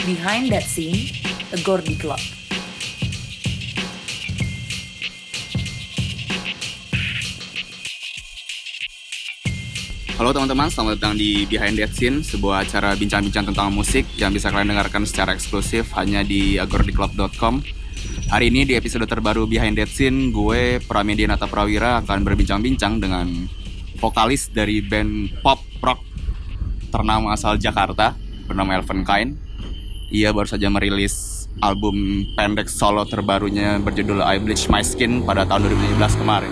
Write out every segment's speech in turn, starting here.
Behind That Scene, A Gordy Club. Halo teman-teman, selamat datang di Behind That Scene, sebuah acara bincang-bincang tentang musik yang bisa kalian dengarkan secara eksklusif hanya di agordyclub.com. Hari ini di episode terbaru Behind That Scene, gue Pramedia Nata Prawira akan berbincang-bincang dengan vokalis dari band pop rock ternama asal Jakarta bernama Elven Kind. Ia baru saja merilis album pendek solo terbarunya berjudul I Bleach My Skin pada tahun 2017 kemarin.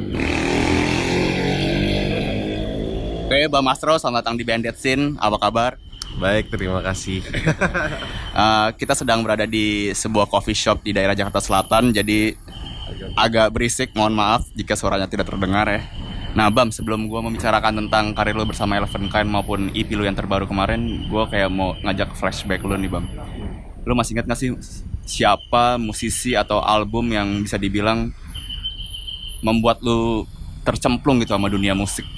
Oke, Bang Mastro, selamat datang di Behind That Scene. Apa kabar? Baik, terima kasih. Kita sedang berada di sebuah coffee shop di daerah Jakarta Selatan, jadi agak berisik, mohon maaf jika suaranya tidak terdengar ya. Nah Bam, sebelum gue membicarakan tentang karir lo bersama Elven Kind maupun EP lo yang terbaru kemarin, gue kayak mau ngajak flashback lo nih Bam. Lo masih ingat gak sih siapa musisi atau album yang bisa dibilang membuat lo tercemplung gitu sama dunia musik?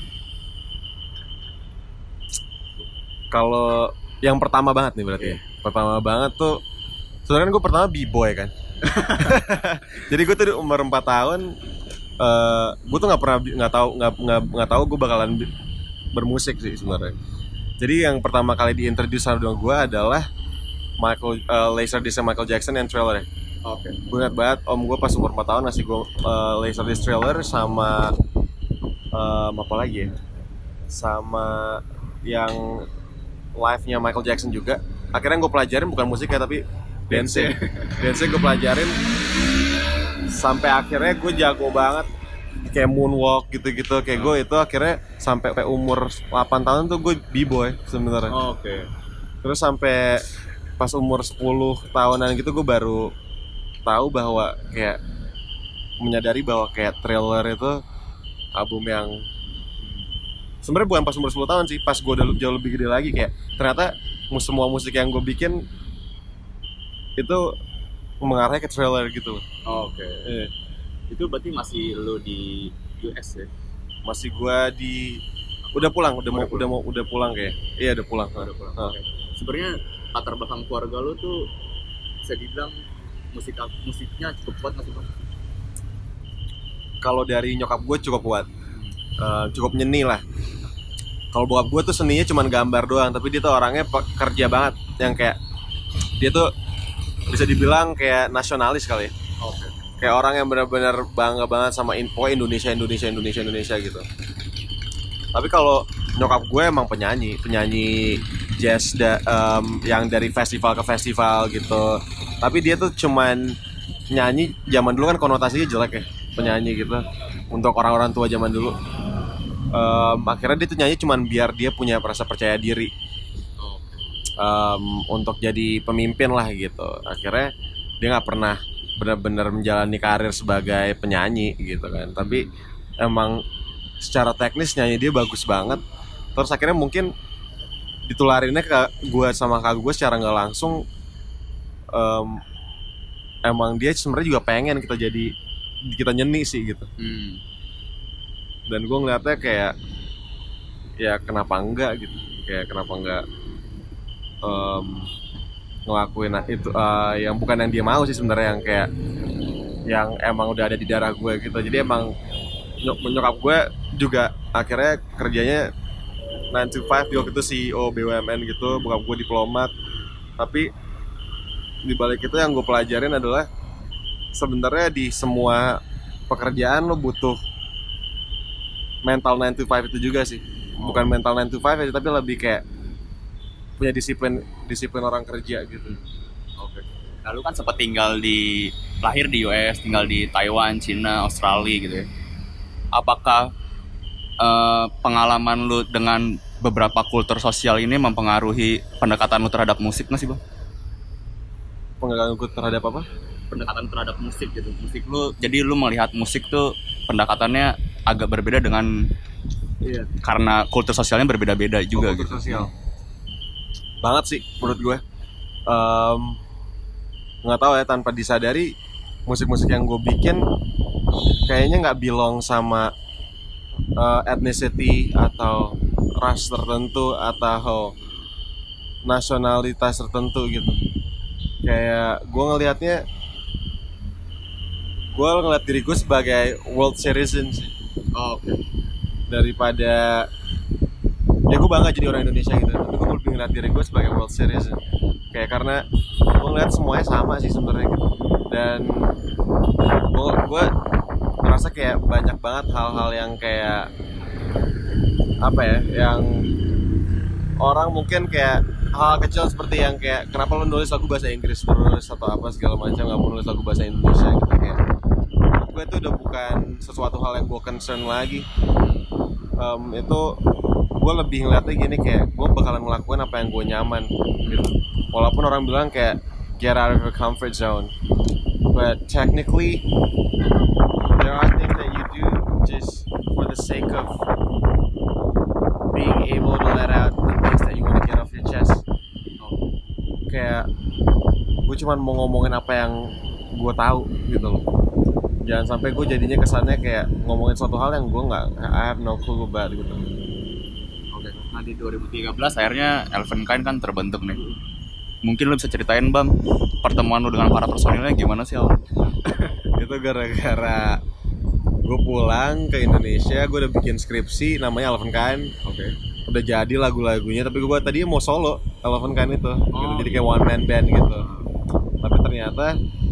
Kalau yang pertama banget nih berarti, pertama banget tuh sebenarnya gue pertama b-boy kan. Jadi gue tuh di umur 4 tahun, gue tuh nggak tahu gue bakalan bermusik sih sebenarnya. Jadi yang pertama kali diintroduce sama gue adalah Laserdisc Michael Jackson yang Thriller. Oke. Gue ingat banget om gue pas umur 4 tahun ngasih gue Laserdisc Thriller sama apa lagi ya? Sama yang live-nya Michael Jackson juga. Akhirnya gue pelajarin bukan musiknya tapi dance. Dance gue pelajarin sampai akhirnya gue jago banget kayak moonwalk gitu-gitu. Kayak gue itu akhirnya sampai umur 8 tahun tuh gue b-boy sebenarnya. Oke. Terus sampai pas umur 10 tahunan gitu gue baru tahu bahwa kayak menyadari bahwa kayak Thriller itu album yang sebenarnya bukan pas umur 10 tahun sih, pas gue udah jauh lebih gede lagi kayak ternyata semua musik yang gue bikin itu mengarahnya ke Thriller gitu. Oke. Itu berarti masih lo di US ya? Masih gue udah pulang kayak. Iya, udah pulang. Okay. Sebenarnya latar belakang keluarga lo tuh bisa dibilang musiknya cukup kuat nggak sih Bang? Kalau dari nyokap gue cukup kuat. Cukup nyeni lah. Kalau bokap gue tuh seninya cuma gambar doang, tapi dia tuh orangnya kerja banget, yang kayak dia tuh bisa dibilang kayak nasionalis kali ya. Oke. Kayak orang yang benar-benar bangga banget sama Indonesia gitu. Tapi kalau nyokap gue emang penyanyi jazz yang dari festival ke festival gitu. Tapi dia tuh cuman nyanyi, zaman dulu kan konotasinya jelek ya, penyanyi gitu untuk orang-orang tua zaman dulu. Akhirnya dia tuh nyanyi cuman biar dia punya rasa percaya diri untuk jadi pemimpin lah gitu. Akhirnya dia nggak pernah benar-benar menjalani karir sebagai penyanyi gitu kan. Tapi emang secara teknis nyanyi dia bagus banget. Terus akhirnya mungkin ditularinnya ke gue sama kakak gue secara nggak langsung. Emang dia sebenarnya juga pengen kita nyeni sih gitu. Dan gue ngeliatnya kayak ya kenapa enggak gitu, kayak kenapa enggak ngelakuin itu yang bukan yang dia mau sih sebenarnya, yang kayak yang emang udah ada di darah gue gitu. Jadi emang nyokap gue juga akhirnya kerjanya 9 to 5, dia waktu itu CEO BUMN gitu, bokap gue diplomat. Tapi di balik itu yang gue pelajarin adalah sebenarnya di semua pekerjaan lo butuh mental 9 to 5 itu juga sih. Bukan mental 9 to 5 aja, tapi lebih kayak punya disiplin orang kerja gitu. Oke. Nah, lu kan sempat lahir di US, tinggal di Taiwan, Cina, Australia gitu ya. Apakah pengalaman lu dengan beberapa kultur sosial ini mempengaruhi pendekatan lu terhadap musik nggak sih Bang? Pendekatan terhadap apa? Pendekatan terhadap musik gitu. Musik lu, jadi lu melihat musik tuh pendekatannya agak berbeda dengan karena kultur sosialnya berbeda-beda juga kultur gitu. Sosial. Banget sih menurut gue. Nggak tahu ya, tanpa disadari musik-musik yang gue bikin kayaknya nggak belong sama ethnicity atau ras tertentu atau nasionalitas tertentu gitu. Kayak gue ngeliat diri gue sebagai world citizen sih. Oke. Daripada ya gue bangga jadi orang Indonesia gitu, tapi gue lebih ngeliat diri gue sebagai world citizen. Kayak karena gue ngeliat semuanya sama sih sebenarnya gitu. Dan gue merasa kayak banyak banget hal-hal yang kayak apa ya, yang orang mungkin kayak hal kecil seperti yang kayak kenapa lo nulis lagu bahasa Inggris terus atau apa segala macam, nggak mau nulis lagu bahasa Indonesia gitu. Kayak gue itu udah bukan sesuatu hal yang gue concern lagi. Itu gue lebih ngeliatnya gini, kayak gue bakalan ngelakuin apa yang gue nyaman gitu. Walaupun orang bilang kayak get out of your comfort zone, but technically there are things that you do just for the sake of being able to let out the things that you want to get off your chest. Kayak gue cuman mau ngomongin apa yang gue tahu gitu loh. Jangan sampai gue jadinya kesannya kayak ngomongin suatu hal yang gue nggak, I have no clue about gitu. Oke. Nah di 2013 akhirnya Elephant Kind kan terbentuk nih. Mungkin lo bisa ceritain Bam, pertemuan lo dengan para personilnya gimana sih Al? Itu gara-gara gue pulang ke Indonesia, gue udah bikin skripsi namanya Elephant Kind. Oke. Udah jadi lagu-lagunya, tapi gue tadi mau solo Elephant Kind itu gitu. Jadi kayak one man band gitu. Tapi ternyata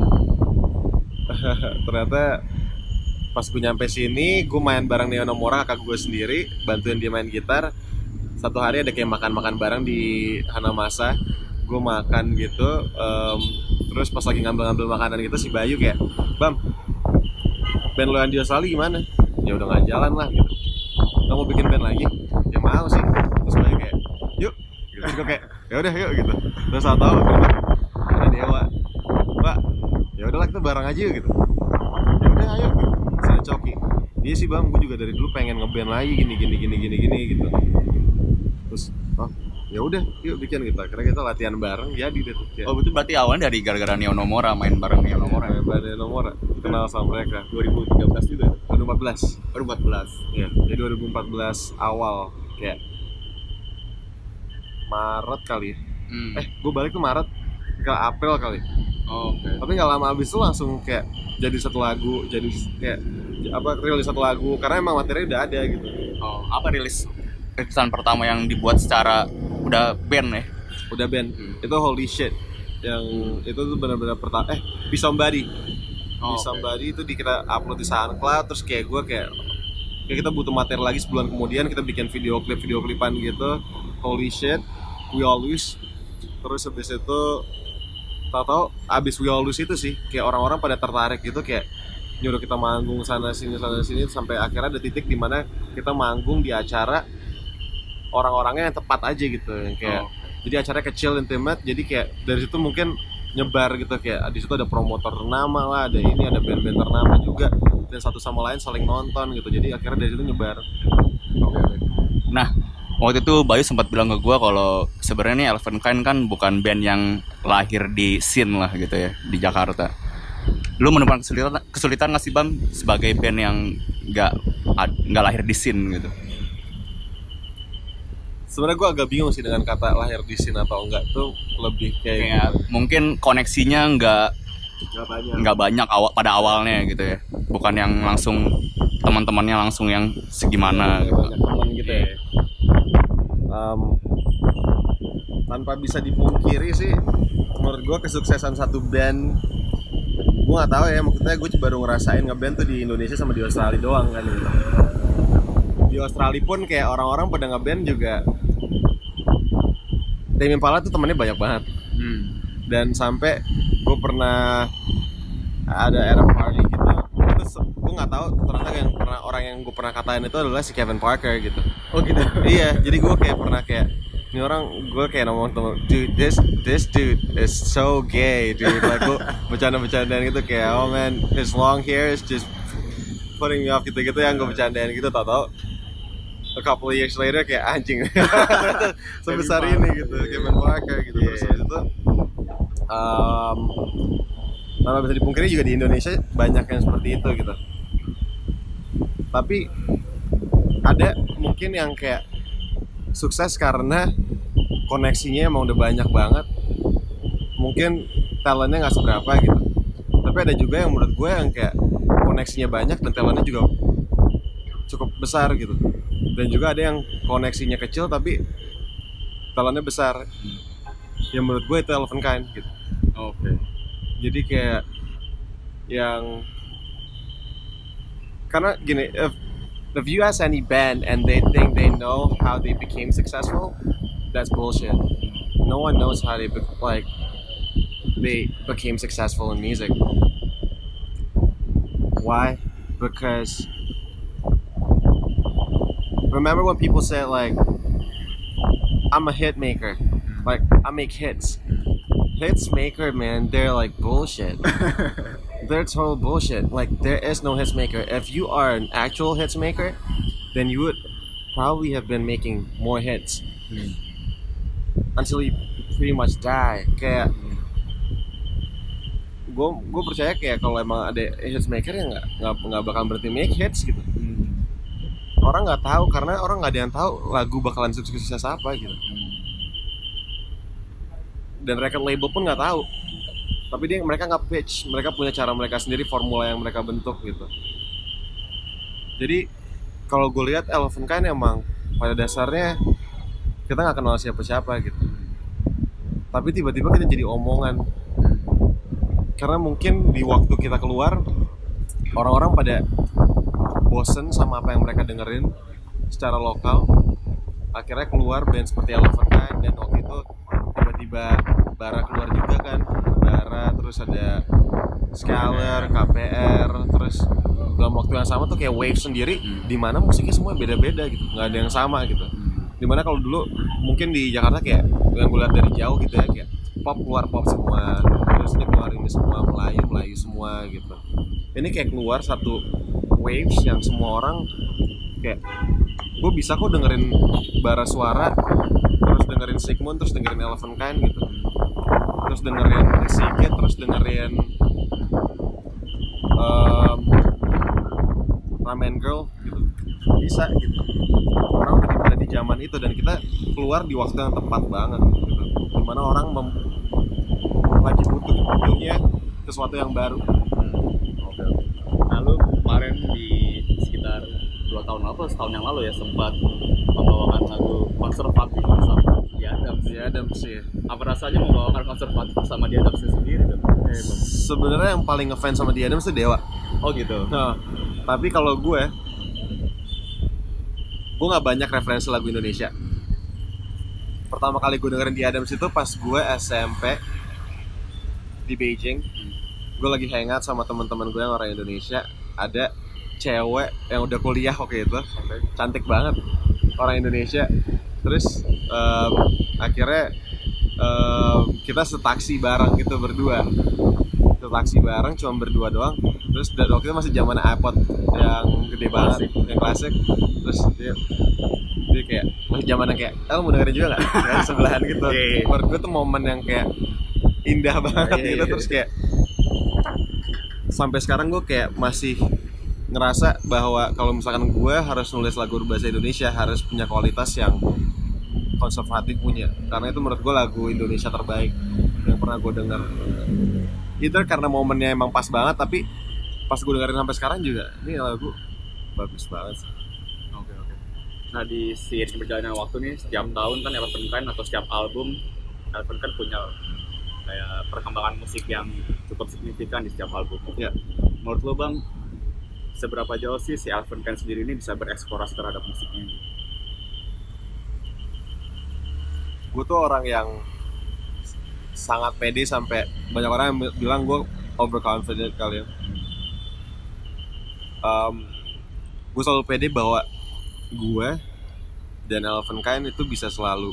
pas gue nyampe sini, gue main bareng Neo Nomura, kakak gue sendiri, bantuin dia main gitar. Satu hari ada kayak makan-makan bareng di Hanamasa, gue makan gitu. Terus pas lagi ngambil-ngambil makanan gitu, si Bayu kayak, Bam, band lo yang di Australia gimana? Ya udah nggak jalan lah gitu. Lo mau bikin band lagi? Ya mau sih. Terus Bayu kayak, yuk. Terus gue kayak, ya udah yuk gitu. Terus tahu ada Dewa, Pak, ya udahlah kita bareng aja yuk gitu. Ya udah ayo. Saya Coki. Iya sih Bang, gue juga dari dulu pengen ngeband lagi gini gitu. Terus ya udah yuk bikin gitu. Akhirnya kita latihan bareng, jadi deh tuh. Oh itu berarti awalnya dari gara-gara Neo Nomura, main bareng Neo Nomura. Main bareng Neo Nomura, kenal sama mereka 2013 juga. 2014. 2014. Iya, jadi 2014 awal kayak Maret kali. Gue balik ke Maret ke April kali. Oke. Tapi nggak lama abis itu langsung kayak jadi satu lagu, jadi kayak rilis satu lagu karena emang materinya udah ada gitu. Oh, apa rilisan pertama yang dibuat secara udah band ya? Udah band. Itu Holy Shit. Yang itu tuh benar-benar pertama Be Somebody. Be Somebody itu kita upload di SoundCloud, terus kayak gue kayak kita butuh materi lagi sebulan kemudian kita bikin video klipan gitu. Holy Shit, We All Lose. Terus habis itu tahu-tahu abis We All Lose itu sih kayak orang-orang pada tertarik gitu, kayak nyuruh kita manggung sana sini sampai akhirnya ada titik di mana kita manggung di acara orang-orangnya yang tepat aja gitu, yang kayak jadi acaranya kecil, intimate, jadi kayak dari situ mungkin nyebar gitu, kayak di situ ada promotor ternama lah, ada ini, ada band-band ternama juga, dan satu sama lain saling nonton gitu, jadi akhirnya dari situ nyebar. Nah waktu itu Bayu sempat bilang ke gue kalau sebenarnya nih Elephant Kind kan bukan band yang lahir di scene lah gitu ya di Jakarta. Lu menemukan kesulitan nggak sih Bam sebagai band yang nggak lahir di scene gitu? Sebenarnya gue agak bingung sih dengan kata lahir di scene atau enggak, tuh lebih kayak mungkin koneksinya nggak banyak pada awalnya gitu ya, bukan yang langsung teman-temannya langsung yang segimana gitu. Banyak teman gitu ya. Tanpa bisa dipungkiri sih, menurut gue kesuksesan satu band, gue nggak tahu ya, maksudnya gue baru ngerasain ngeband tuh di Indonesia sama di Australia doang kan gitu. Di Australia pun kayak orang-orang pada ngeband juga, Tame Impala tuh temennya banyak banget. Dan sampai gue pernah ada era party gitu, terus gue nggak tahu ternyata orang yang gue pernah katain itu adalah si Kevin Parker gitu. Oh gitu. Iya, jadi gue kayak pernah kayak ini orang, gue kayak ngomong temen, dude, this dude is so gay, dude. Like gue bercanda-bercandaan gitu kayak, oh man, his long hair is just putting me off gitu-gitu yang gue bercandain gitu, tau-tau a couple of years later kayak anjing sebesar ini gitu, Kevin Parker gitu. Terus itu tanpa bisa dipungkiri juga di Indonesia banyak yang seperti itu gitu. Tapi ada mungkin yang kayak sukses karena koneksinya emang udah banyak banget, mungkin talentnya nggak seberapa gitu. Tapi ada juga yang menurut gue yang kayak koneksinya banyak dan talentnya juga cukup besar gitu. Dan juga ada yang koneksinya kecil tapi talentnya besar. Yang menurut gue itu Elephant Kind gitu. Oke. Jadi kayak yang karena gini, if you ask any band and they think they know how they became successful, that's bullshit. No one knows how they became successful in music. Why? Because remember when people said like, I'm a hit maker, like I make hits. Hits maker, man, they're like bullshit. They're total bullshit. Like there is no hits maker. If you are an actual hits maker, then you would probably have been making more hits until you pretty much die. Kayak gue percaya kayak kalau emang ada hits maker ya nggak bakal berhenti make hits gitu. Orang nggak tahu karena orang nggak ada yang tahu lagu bakalan sukses apa gitu. Dan record label pun nggak tahu. Tapi mereka nggak pitch, mereka punya cara mereka sendiri, formula yang mereka bentuk gitu. Jadi kalau gue lihat Elephant Kind emang pada dasarnya kita nggak kenal siapa-siapa gitu. Tapi tiba-tiba kita jadi omongan. Karena mungkin di waktu kita keluar, orang-orang pada bosen sama apa yang mereka dengerin secara lokal. Akhirnya keluar band seperti Elephant Kind, dan waktu itu tiba-tiba Bara keluar juga kan. Bara, terus ada Scalar, KPR, terus dalam waktu yang sama tuh kayak Wave sendiri, dimana musiknya semua beda-beda gitu, nggak ada yang sama gitu. Dimana kalau dulu mungkin di Jakarta kayak yang gue lihat dari jauh gitu ya, kayak pop keluar pop semua, terus ini keluar ini semua, Melayu semua gitu. Ini kayak keluar satu waves yang semua orang kayak, gue bisa kok dengerin Bara Suara, terus dengerin Sigmund, terus dengerin Elephant Kind gitu, terus dengerin Sigit, terus dengerin Ramen Girl gitu, bisa gitu. Orang udah ada di zaman itu dan kita keluar di waktu yang tepat banget gitu, dimana orang lagi butuhnya sesuatu yang baru. Oke. Nah, lu kemarin di sekitar 2 tahun lalu, setahun yang lalu ya, sempat membawakan lagu konservatif bersama The Adams Sih. Apa rasanya membawakan konservatif bersama The Adams sendiri tuh? Sebenarnya yang paling ngefans sama The Adams tuh Dewa. Oh gitu. Nah, tapi kalau gue nggak banyak referensi lagu Indonesia. Pertama kali gue dengerin The Adams itu pas gue SMP di Beijing. Gue lagi hangout sama teman-teman gue yang orang Indonesia. Ada cewek yang udah kuliah waktu itu, cantik banget, orang Indonesia. Terus akhirnya kita setaksi bareng gitu berdua. Setaksi bareng cuma berdua doang. Terus waktu itu masih zaman iPod yang gede banget, yang klasik. Terus dia kayak masih zamannya kayak, mau dengerin juga nggak? Kayak sebelahan gitu. Menurut gue tuh momen yang kayak indah banget gitu. Terus kayak sampai sekarang gue kayak masih ngerasa bahwa kalau misalkan gue harus nulis lagu berbahasa Indonesia harus punya kualitas yang konservatif punya, karena itu menurut gue lagu Indonesia terbaik yang pernah gue denger. Itu karena momennya emang pas banget, tapi pas gue dengerin sampai sekarang juga ini lagu bagus banget. Oke. Nah, di seiring berjalannya waktu nih, setiap tahun kan Elephant Kind atau setiap album Elephant Kind punya kayak perkembangan musik yang cukup signifikan di setiap album. Ya. Menurut lo Bang, seberapa jauh sih si Elephant Kind sendiri ini bisa bereksplorasi terhadap musiknya? Gue tuh orang yang sangat pede, sampai banyak orang yang bilang gue overconfident kali ya. Gue selalu pede bahwa gue dan Elephant Kind itu bisa selalu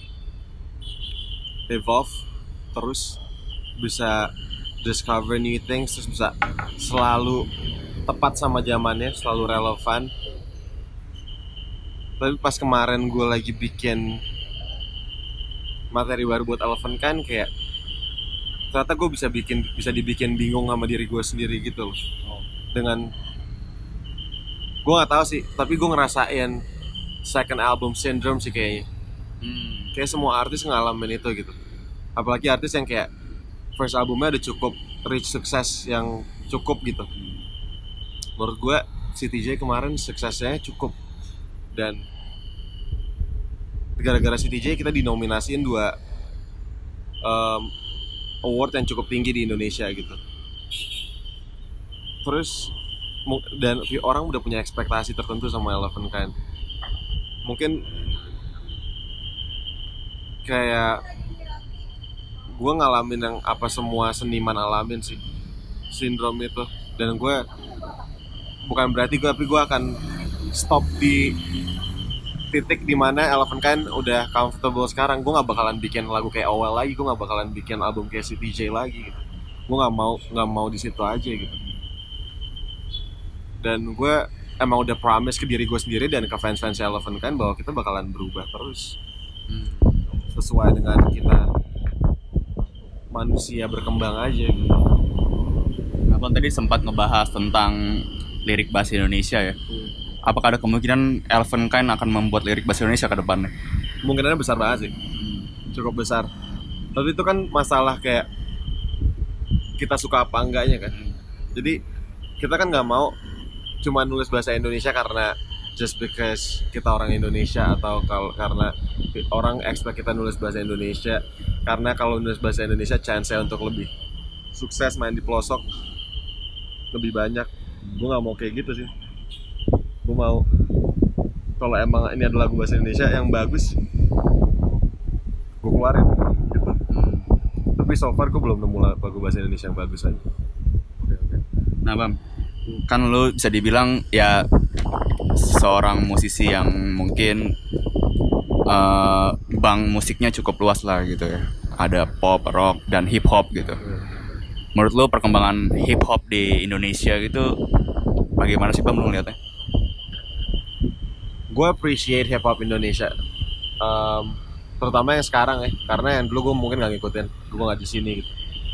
evolve terus, bisa discover new things, terus bisa selalu tepat sama zamannya, selalu relevan. Tapi pas kemarin gue lagi bikin materi baru buat Elephant Kind, kayak ternyata gue bisa dibikin bingung sama diri gue sendiri gitu loh. Dengan gue nggak tahu sih, tapi gue ngerasain second album syndrome sih kayaknya. kayak semua artis ngalamin itu gitu. Apalagi artis yang kayak first albumnya udah cukup reach sukses yang cukup gitu. Menurut gue CTJ kemarin suksesnya cukup, dan gara-gara CTJ kita dinominasiin 2 award yang cukup tinggi di Indonesia gitu. Terus dan orang udah punya ekspektasi tertentu sama Eleven kan. Mungkin kayak gue ngalamin yang apa semua seniman alamin sih, sindrom itu. Dan gue bukan berarti tapi gue akan stop di titik dimana Eleven kan udah comfortable sekarang. Gue nggak bakalan bikin lagu kayak Owel lagi, gue nggak bakalan bikin album kayak CTJ lagi gitu. Gue nggak mau di situ aja gitu. Dan gue emang udah promise ke diri gue sendiri dan ke fans-fans Eleven kan bahwa kita bakalan berubah terus sesuai dengan kita manusia berkembang aja gitu. Abang tadi sempat ngebahas tentang lirik bahasa Indonesia ya. Apakah ada kemungkinan Eleven Kind akan membuat lirik bahasa Indonesia ke depannya? Kemungkinannya besar banget sih, cukup besar. Tapi itu kan masalah kayak kita suka apa enggaknya kan. Jadi kita kan nggak mau cuma nulis bahasa Indonesia karena just because kita orang Indonesia, atau karena orang expect kita nulis bahasa Indonesia. Karena kalau nulis bahasa Indonesia chance-nya untuk lebih sukses main di pelosok lebih banyak. Gue nggak mau kayak gitu sih. Gue mau kalau emang ini adalah lagu bahasa Indonesia yang bagus, gue keluarin gitu. Tapi so far gue belum nemu lagu bahasa Indonesia yang bagus aja. Nah Bang, kan lu bisa dibilang ya seorang musisi yang mungkin bang musiknya cukup luas lah gitu ya. Ada pop, rock, dan hip hop gitu. Menurut lu perkembangan hip hop di Indonesia gitu bagaimana sih Bang lu ngeliatnya? Gue appreciate hip hop Indonesia, terutama yang sekarang ya, karena yang dulu gue mungkin nggak ngikutin, gue nggak di sini gitu.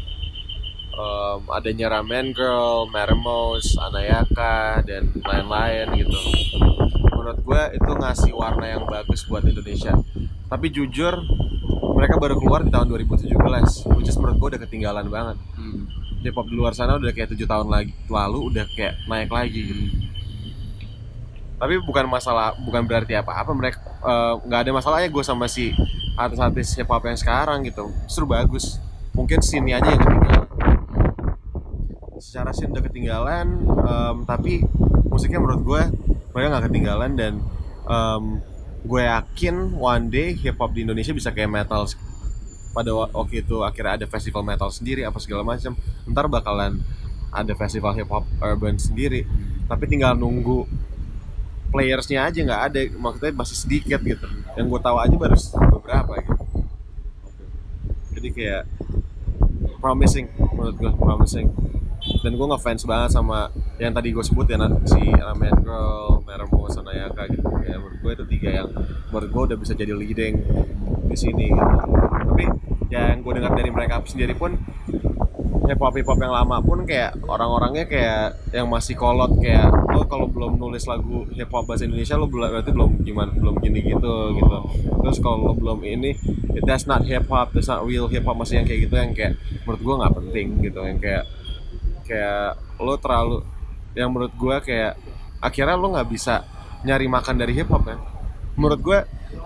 Adanya Ramen Girl, Mermos, Anayaka, dan lain-lain gitu. Menurut gue itu ngasih warna yang bagus buat Indonesia. Tapi jujur, mereka baru keluar di tahun 2017, which is menurut gue udah ketinggalan banget. Hip hop di luar sana udah kayak 7 tahun lalu udah kayak naik lagi gitu. Tapi bukan berarti apa-apa mereka, nggak ada masalahnya gue sama si artis-artis hip hop yang sekarang gitu. Justru bagus. Mungkin scene aja yang ketinggalan. Secara scene udah ketinggalan, tapi musiknya menurut gue mereka nggak ketinggalan. Dan gue yakin one day hip hop di Indonesia bisa kayak metal. Pada waktu itu akhirnya ada festival metal sendiri apa segala macam. Ntar bakalan ada festival hip hop urban sendiri. Tapi tinggal nunggu playersnya aja nggak ada, maksudnya masih sedikit gitu. Yang gue tahu aja baru beberapa gitu. Jadi kayak promising, menurut gue promising. Dan gue ngefans banget sama yang tadi gue sebut ya, si Ramen Girl, Mermos, Anayaka gitu. Kayak menurut gue itu 3 yang menurut gue udah bisa jadi leading di sini gitu. Tapi yang gue dengar dari mereka sendiri pun, hip hop yang lama pun kayak orang-orangnya kayak yang masih kolot, kayak lo kalau belum nulis lagu hip hop bahasa Indonesia lo berarti belum gini gitu. Terus kalau lo belum ini, that's not hip hop, that's not real hip hop, masih yang kayak gitu, yang kayak menurut gue nggak penting gitu. Yang kayak lo terlalu, yang menurut gue kayak akhirnya lo nggak bisa nyari makan dari hip hop kan. Menurut gue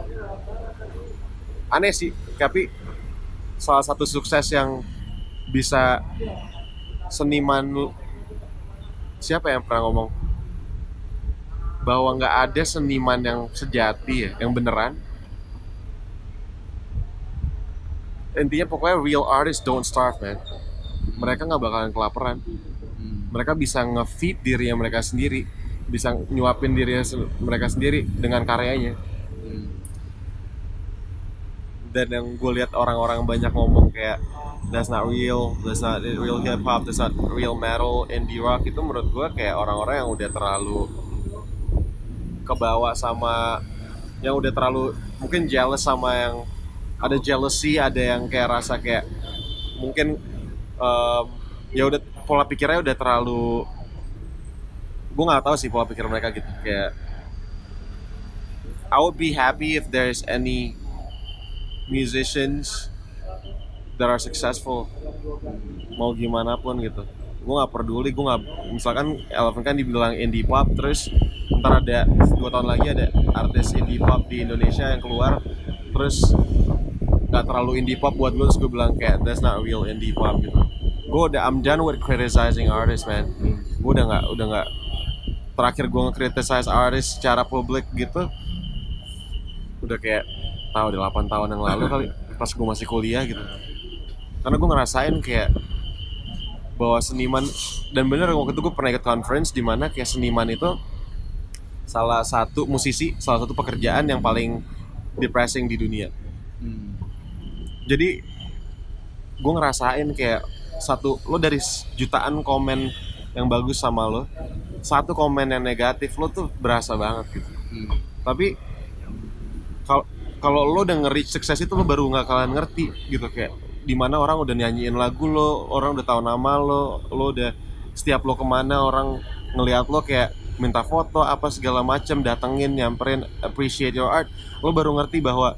aneh sih, tapi salah satu sukses yang bisa seniman, siapa yang pernah ngomong bahwa nggak ada seniman yang sejati ya, yang beneran. Intinya pokoknya real artists don't starve man. Mereka nggak bakalan kelaparan. Mereka bisa nge-feed diri mereka sendiri, bisa nyuapin diri mereka sendiri dengan karyanya. Dan yang gue lihat orang-orang banyak ngomong kayak that's not real hip hop, that's not real metal, indie rock, itu menurut gue kayak orang-orang yang udah terlalu kebawa sama, yang udah terlalu mungkin jealous sama, yang ada jealousy, ada yang kayak rasa kayak mungkin ya udah pola pikirnya udah terlalu, gue nggak tahu sih pola pikir mereka gitu. Kayak I would be happy if there's any musicians that are successful, mau gimana pun gitu. Gue nggak peduli, gue nggak, misalkan Elephant kan dibilang indie pop, terus ntar ada 2 tahun lagi ada artis indie pop di Indonesia yang keluar, terus nggak terlalu indie pop buat gue, terus gue bilang kayak that's not real indie pop gitu. I'm done with criticizing artists, man. Gue udah nggak terakhir gue nge-criticize artis secara publik gitu udah kayak udah 8 tahun yang lalu kali, pas gue masih kuliah gitu. Karena gue ngerasain kayak bahwa seniman, dan bener waktu itu gue pernah ikut conference di mana kayak seniman itu salah satu pekerjaan yang paling depressing di dunia. Jadi gue ngerasain kayak lo dari jutaan komen yang bagus sama lo, 1 komen yang negatif lo tuh berasa banget gitu. Tapi kalau lo udah nge-reach sukses itu, lo baru nggak kalian ngerti gitu, kayak dimana orang udah nyanyiin lagu lo, orang udah tahu nama lo udah, setiap lo kemana orang ngelihat lo kayak minta foto apa segala macam, datengin, nyamperin, appreciate your art. Lo baru ngerti bahwa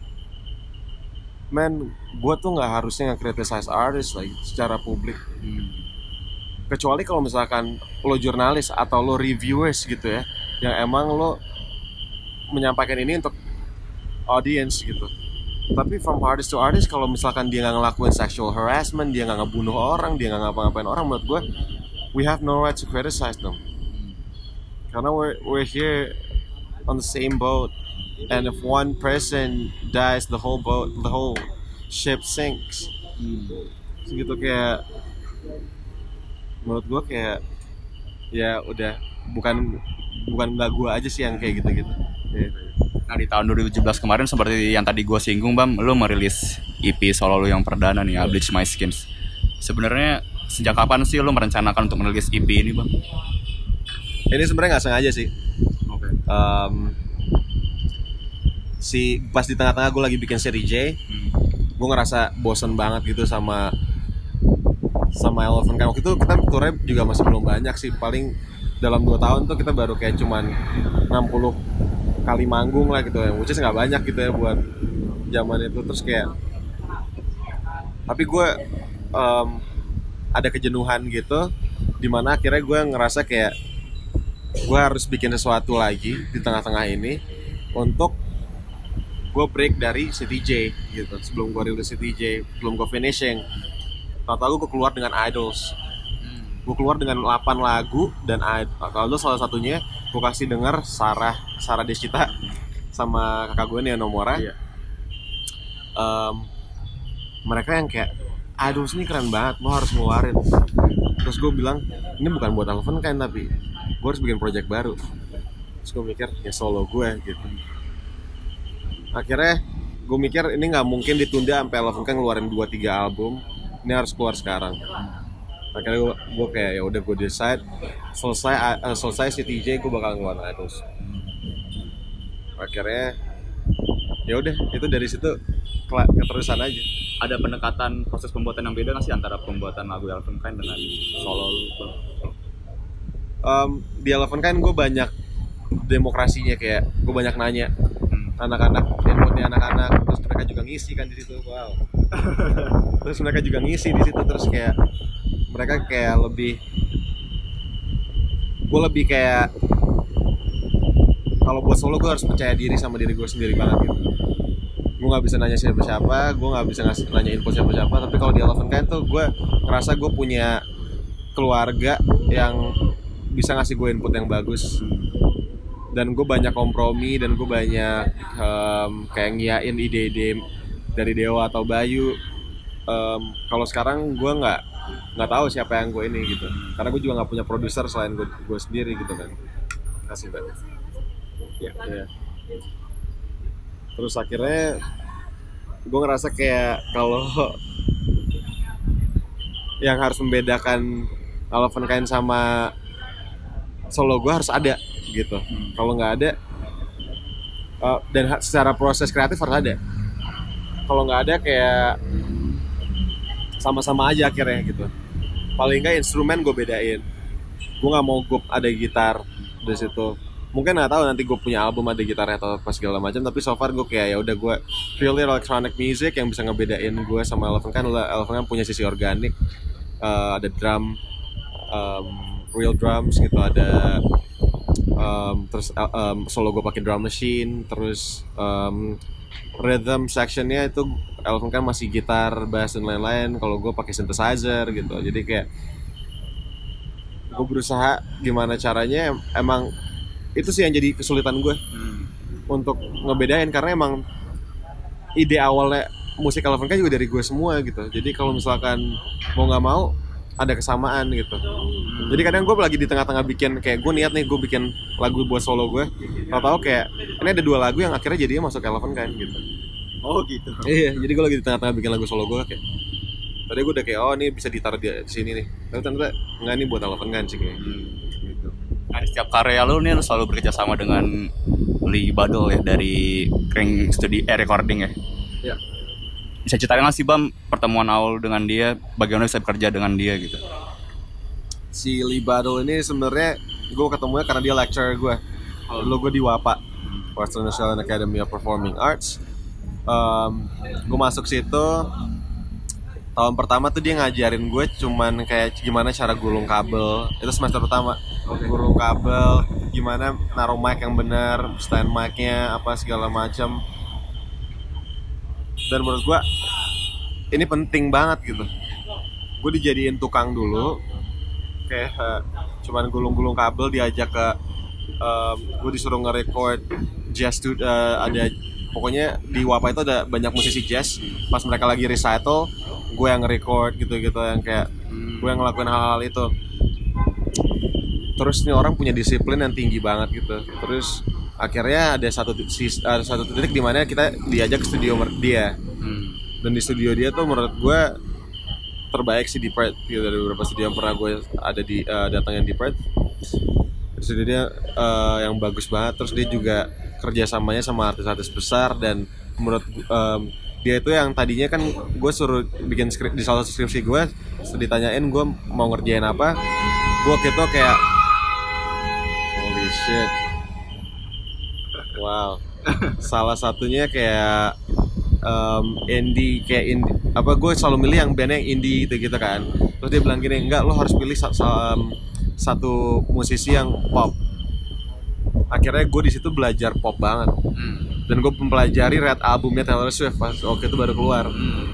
man, gue tuh nggak harusnya nge-criticize artist lagi secara publik. Kecuali kalau misalkan lo jurnalis atau lo reviewers gitu ya, yang emang lo menyampaikan ini untuk audience gitu. Tapi from artist to artist, kalau misalkan dia nggak ngelakuin sexual harassment, dia nggak ngebunuh orang, dia nggak ngapa-ngapain orang, menurut gue we have no right to criticize them. Karena we're here on the same boat, and if one person dies, the whole ship sinks. Segitu, kayak menurut gue kayak ya udah bukan nggak gue aja sih yang kayak gitu-gitu. Nah, di tahun 2017 kemarin, seperti yang tadi gue singgung, Bam, lo merilis EP solo lo yang perdana nih, Bleach My Skins. Sebenarnya sejak kapan sih lo merencanakan untuk merilis EP ini, Bam? Ini sebenarnya nggak sengaja sih. Oke. Pas di tengah-tengah gue lagi bikin seri J, gue ngerasa bosen banget gitu sama Elephant. Kan waktu itu kita tournya juga masih belum banyak sih, paling dalam 2 tahun tuh kita baru kayak cuman 60 kali manggung lah gitu ya, which is nggak banyak gitu ya buat zaman itu. Terus kayak, tapi gue ada kejenuhan gitu, dimana akhirnya gue ngerasa kayak gue harus bikin sesuatu lagi di tengah-tengah ini untuk gue break dari CTJ gitu. Sebelum gue rilis CTJ, sebelum gue finishing, tahu-tahu gue keluar dengan Idols. Gue keluar dengan 8 lagu, dan kalau salah satunya gue kasih denger Sarah Descita sama kakak gue nih Nomora. Mereka yang kayak Idols ini keren banget, lo harus ngeluarin. Terus gue bilang ini bukan buat Elephant kan, tapi gue harus bikin project baru. Terus gue mikir ya solo gue gitu. Akhirnya gue mikir ini nggak mungkin ditunda sampai Elephant kan ngeluarin 2-3 album, ini harus keluar sekarang. Akhirnya gue kayak ya udah, gue decide selesai CTJ gue bakal ngeluarin Idols. Akhirnya ya udah, itu dari situ keterusan aja. Ada pendekatan proses pembuatan yang beda nggak sih antara pembuatan lagu Elephant Kind dengan solo lu? Di Elephant Kind gue banyak demokrasinya, kayak gue banyak nanya anak-anak, inputnya anak-anak, terus mereka juga ngisi kan di situ. Wow. Terus mereka juga ngisi di situ, terus kayak mereka kayak gue lebih kayak kalau buat solo gue harus percaya diri sama diri gue sendiri banget gitu. Gue nggak bisa nanya siapa-siapa, gue nggak bisa nanya info siapa-siapa. Tapi kalau di Elephant Kind tuh gue ngerasa gue punya keluarga yang bisa ngasih gue input yang bagus, dan gue banyak kompromi, dan gue banyak kayak ngiyain ide-ide dari Dewa atau Bayu. Kalau sekarang gue nggak tahu siapa yang gue ini gitu, karena gue juga nggak punya produser selain gue sendiri gitu kan. Kasih banget. Ya. Terus akhirnya gue ngerasa kayak kalau yang harus membedakan Elephant Kind sama solo gue harus ada gitu. Kalau nggak ada, dan secara proses kreatif harus ada. Kalau nggak ada kayak sama-sama aja akhirnya gitu. Paling nggak instrumen gue bedain. Gue nggak mau gue ada gitar di situ. mungkin nggak tahu nanti gue punya album ada gitarnya atau apa segala macam, tapi so far gue kayak ya udah gue purely electronic music yang bisa ngebedain gue sama Eleven kan punya sisi organik, ada drum, real drums gitu, ada terus solo gue pakai drum machine, terus rhythm sectionnya itu Eleven kan masih gitar, bass dan lain-lain, kalau gue pakai synthesizer gitu. Jadi kayak gue berusaha gimana caranya, emang itu sih yang jadi kesulitan gue untuk ngebedain, karena emang ide awalnya musik Eleven kan juga dari gue semua gitu. Jadi kalau misalkan mau nggak mau ada kesamaan gitu. Jadi kadang gue lagi di tengah-tengah bikin, kayak gue niat nih gue bikin lagu buat solo gue, tahu-tahu kayak ini ada 2 lagu yang akhirnya jadinya masuk Eleven kan gitu. Oh gitu. Iya, jadi gue lagi di tengah-tengah bikin lagu solo gue kayak tadi gue udah kayak oh ini bisa ditaruh di sini nih, tapi ternyata nggak, nih buat Eleven kan sih kayak gitu. Nah, di setiap karya lu nih lu selalu bekerja sama dengan Lee Badol ya dari Kring Studio Recording ya. Ya. Bisa ceritain nggak sih Bam pertemuan awal dengan dia, bagaimana bisa bekerja dengan dia gitu? Si Lee Badol ini sebenarnya gue ketemunya karena dia lecturer gue. Dulu gue di WAPA, Western Australian Academy of Performing Arts. Gue masuk situ tahun pertama tuh dia ngajarin gue cuman kayak gimana cara gulung kabel. Itu semester pertama. Gulung kabel, gimana naruh mic yang benar, stand mic-nya apa segala macam. Dan menurut gue ini penting banget gitu. Gue dijadiin tukang dulu, kayak cuman gulung-gulung kabel, diajak ke gue disuruh nge-record jazz tuh, ada pokoknya di WAPA itu ada banyak musisi jazz. Pas mereka lagi recital, gue yang nge-record gitu-gitu, yang kayak gue yang ngelakuin hal-hal itu. Terus nih orang punya disiplin yang tinggi banget gitu. Terus akhirnya ada satu titik di mana kita diajak ke studio dia. Dan di studio dia tuh menurut gue terbaik sih di Perth gitu, dari beberapa studio yang pernah gue ada di datangin di Perth. Studio dia yang bagus banget. Terus dia juga kerjasamanya sama artis-artis besar, dan menurut dia itu yang tadinya kan gue suruh bikin skrip di salah satu skripsi gue, ditanyain gue mau ngerjain apa, gue gitu kayak holy shit, wow. Salah satunya kayak indie, kayak indie apa, gue selalu milih yang bandnya yang indie gitu kan. Terus dia bilang gini, enggak, lo harus pilih satu musisi yang pop. Akhirnya gue di situ belajar pop banget. Dan gue mempelajari Red albumnya Taylor Swift pas waktu itu baru keluar.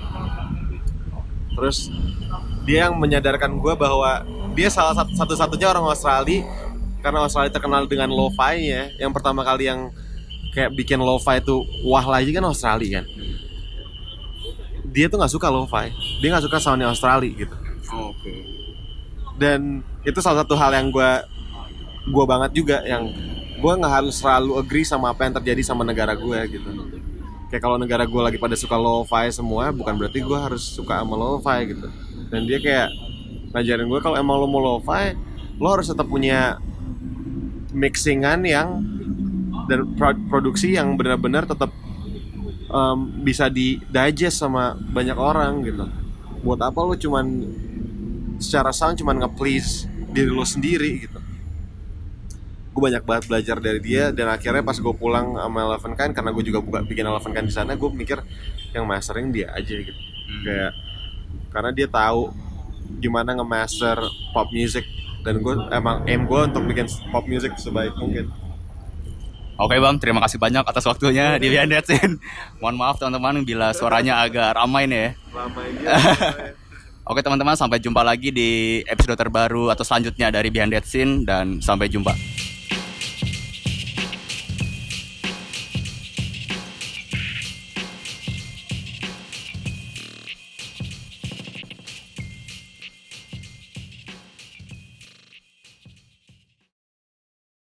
Terus dia yang menyadarkan gue bahwa dia salah satu-satunya orang Australia, karena Australia terkenal dengan lo-fi-nya. Yang pertama kali yang kayak bikin lo-fi itu wah lagi kan Australia kan. Dia tuh nggak suka lo-fi, dia nggak suka soundnya Australia gitu. Oke. Dan itu salah satu hal yang gue banget juga, yang gue nggak harus selalu agree sama apa yang terjadi sama negara gue gitu. Kayak kalau negara gue lagi pada suka lo-fi semua, bukan berarti gue harus suka sama lo-fi gitu. Dan dia kayak ngajarin gue kalau emang lo mau lo-fi, lo harus tetap punya mixingan yang dan produksi yang benar-benar tetap bisa di-digest sama banyak orang gitu. Buat apa lo cuman secara sound cuman nge-please diri lo sendiri gitu. Gue banyak banget belajar dari dia, dan akhirnya pas gue pulang sama Eleven kan, karena gue juga bikin Eleven kan di sana, gue mikir yang mastering dia aja gitu. Kayak karena dia tahu gimana nge-master pop music, dan gue emang aim gue untuk bikin pop music sebaik mungkin. Oke Bang, terima kasih banyak atas waktunya di Behind That Scene. Mohon maaf teman-teman bila suaranya agak ramai nih ya. Ramai dia. Oke teman-teman, sampai jumpa lagi di episode terbaru atau selanjutnya dari Behind That Scene, dan sampai jumpa.